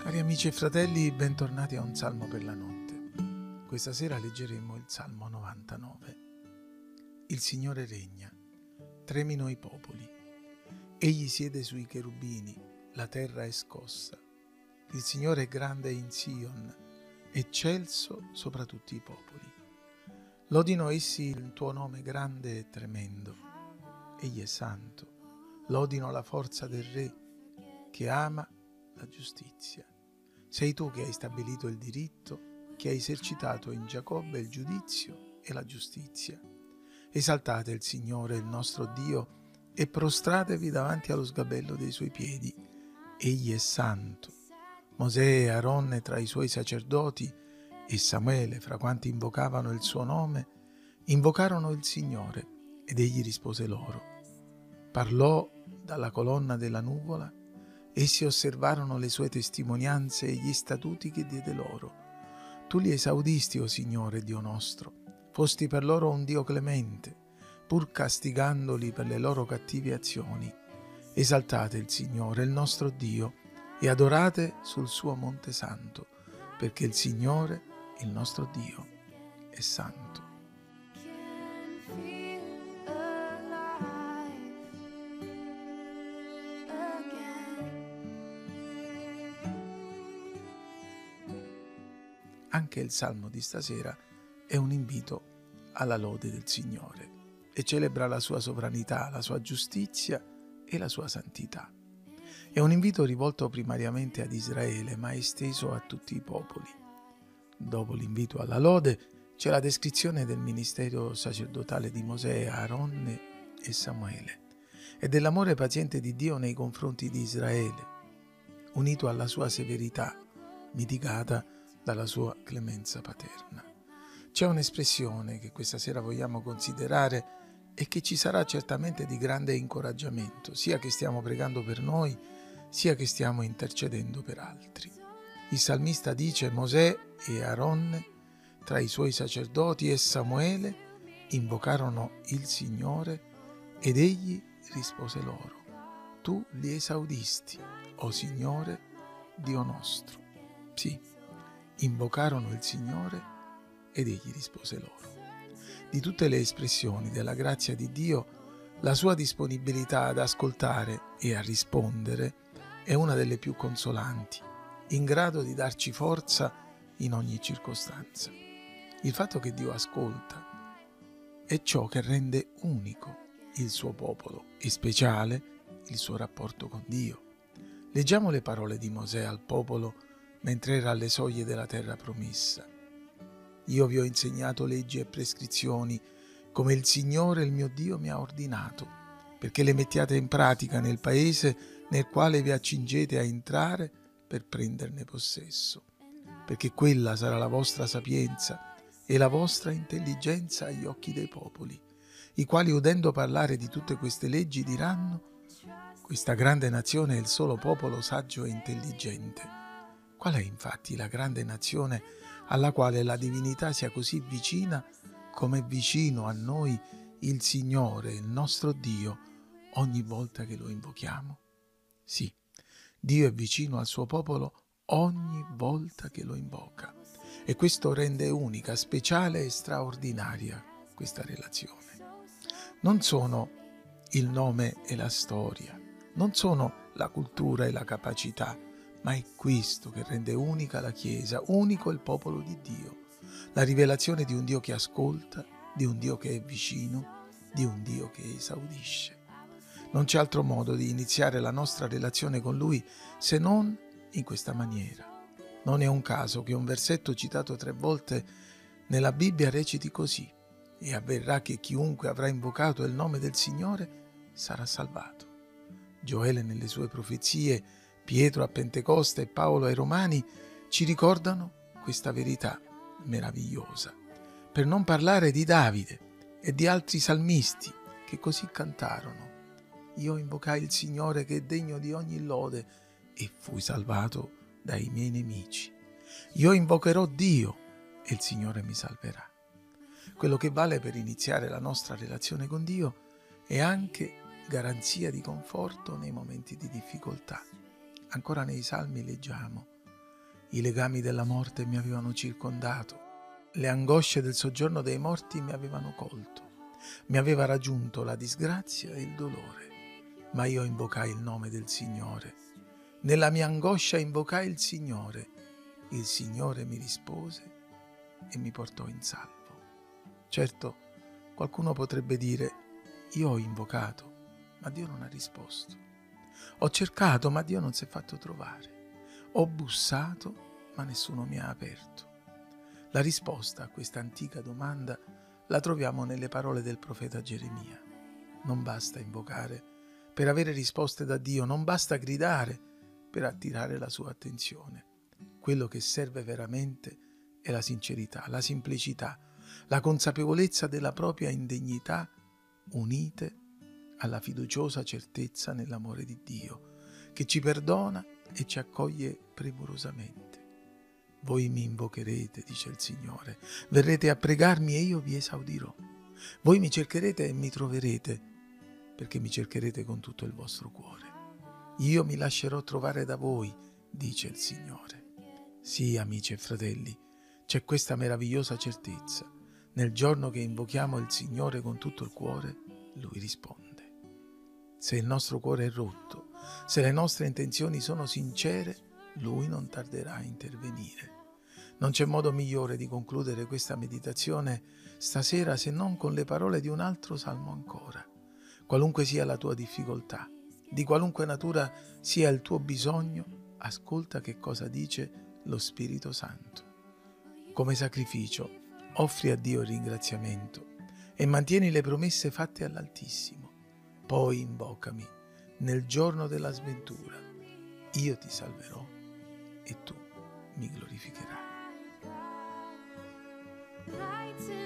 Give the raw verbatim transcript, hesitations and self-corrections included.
Cari amici e fratelli, bentornati a un Salmo per la notte. Questa sera leggeremo il Salmo novantanove. Il Signore regna, tremino i popoli. Egli siede sui cherubini, la terra è scossa. Il Signore è grande in Sion, eccelso sopra tutti i popoli. Lodino essi il tuo nome grande e tremendo. Egli è santo. Lodino la forza del Re, che ama la giustizia. Sei tu che hai stabilito il diritto, che hai esercitato in Giacobbe il giudizio e la giustizia. Esaltate il Signore, il nostro Dio, e prostratevi davanti allo sgabello dei suoi piedi. Egli è santo. Mosè e Aronne tra i suoi sacerdoti e Samuele fra quanti invocavano il suo nome, invocarono il Signore ed egli rispose loro. Parlò dalla colonna della nuvola. Essi osservarono le sue testimonianze e gli statuti che diede loro. Tu li esaudisti, o Signore, Dio nostro. Fosti per loro un Dio clemente, pur castigandoli per le loro cattive azioni. Esaltate il Signore, il nostro Dio, e adorate sul suo monte santo, perché il Signore, il nostro Dio, è santo. Anche il Salmo di stasera è un invito alla lode del Signore e celebra la sua sovranità, la sua giustizia e la sua santità. È un invito rivolto primariamente ad Israele, ma esteso a tutti i popoli. Dopo l'invito alla lode c'è la descrizione del ministero sacerdotale di Mosè, Aronne e Samuele e dell'amore paziente di Dio nei confronti di Israele, unito alla sua severità, mitigata dalla sua clemenza paterna. C'è un'espressione che questa sera vogliamo considerare e che ci sarà certamente di grande incoraggiamento, sia che stiamo pregando per noi, sia che stiamo intercedendo per altri. Il salmista dice: Mosè e Aronne, tra i suoi sacerdoti, e Samuele invocarono il Signore ed egli rispose loro. Tu li esaudisti, o Signore, Dio nostro. Sì, invocarono il Signore ed egli rispose loro. Di tutte le espressioni della grazia di Dio, la sua disponibilità ad ascoltare e a rispondere è una delle più consolanti, in grado di darci forza in ogni circostanza. Il fatto che Dio ascolta è ciò che rende unico il suo popolo e speciale il suo rapporto con Dio. Leggiamo le parole di Mosè al popolo mentre era alle soglie della terra promessa. Io vi ho insegnato leggi e prescrizioni, come il Signore, il mio Dio, mi ha ordinato, perché le mettiate in pratica nel paese nel quale vi accingete a entrare per prenderne possesso, perché quella sarà la vostra sapienza e la vostra intelligenza agli occhi dei popoli, i quali, udendo parlare di tutte queste leggi, diranno: questa grande nazione è il solo popolo saggio e intelligente. Qual è infatti la grande nazione alla quale la divinità sia così vicina come è vicino a noi il Signore, il nostro Dio, ogni volta che lo invochiamo? Sì, Dio è vicino al suo popolo ogni volta che lo invoca, e questo rende unica, speciale e straordinaria questa relazione. Non sono il nome e la storia, non sono la cultura e la capacità, ma è questo che rende unica la Chiesa, unico il popolo di Dio, la rivelazione di un Dio che ascolta, di un Dio che è vicino, di un Dio che esaudisce. Non c'è altro modo di iniziare la nostra relazione con Lui se non in questa maniera. Non è un caso che un versetto citato tre volte nella Bibbia reciti così: e avverrà che chiunque avrà invocato il nome del Signore sarà salvato. Gioele nelle sue profezie, Pietro a Pentecoste e Paolo ai Romani ci ricordano questa verità meravigliosa. Per non parlare di Davide e di altri salmisti che così cantarono: io invocai il Signore che è degno di ogni lode e fui salvato dai miei nemici. Io invocherò Dio e il Signore mi salverà. Quello che vale per iniziare la nostra relazione con Dio è anche garanzia di conforto nei momenti di difficoltà. Ancora nei Salmi leggiamo: I legami della morte mi avevano circondato, le angosce del soggiorno dei morti mi avevano colto, mi aveva raggiunto la disgrazia e il dolore, ma io invocai il nome del Signore. Nella mia angoscia invocai il Signore, il Signore mi rispose e mi portò in salvo. Certo, qualcuno potrebbe dire: io ho invocato, ma Dio non ha risposto. Ho cercato, ma Dio non si è fatto trovare. Ho bussato, ma nessuno mi ha aperto. La risposta a questa antica domanda la troviamo nelle parole del profeta Geremia. Non basta invocare per avere risposte da Dio, non basta gridare per attirare la sua attenzione. Quello che serve veramente è la sincerità, la semplicità, la consapevolezza della propria indegnità, unite alla fiduciosa certezza nell'amore di Dio, che ci perdona e ci accoglie premurosamente. Voi mi invocherete, dice il Signore, verrete a pregarmi e io vi esaudirò. Voi mi cercherete e mi troverete, perché mi cercherete con tutto il vostro cuore. Io mi lascerò trovare da voi, dice il Signore. Sì, amici e fratelli, c'è questa meravigliosa certezza. Nel giorno che invochiamo il Signore con tutto il cuore, Lui risponde. Se il nostro cuore è rotto, se le nostre intenzioni sono sincere, Lui non tarderà a intervenire. Non c'è modo migliore di concludere questa meditazione stasera se non con le parole di un altro salmo ancora. Qualunque sia la tua difficoltà, di qualunque natura sia il tuo bisogno, ascolta che cosa dice lo Spirito Santo. Come sacrificio, offri a Dio il ringraziamento e mantieni le promesse fatte all'Altissimo. Poi invocami nel giorno della sventura. Io ti salverò e tu mi glorificherai.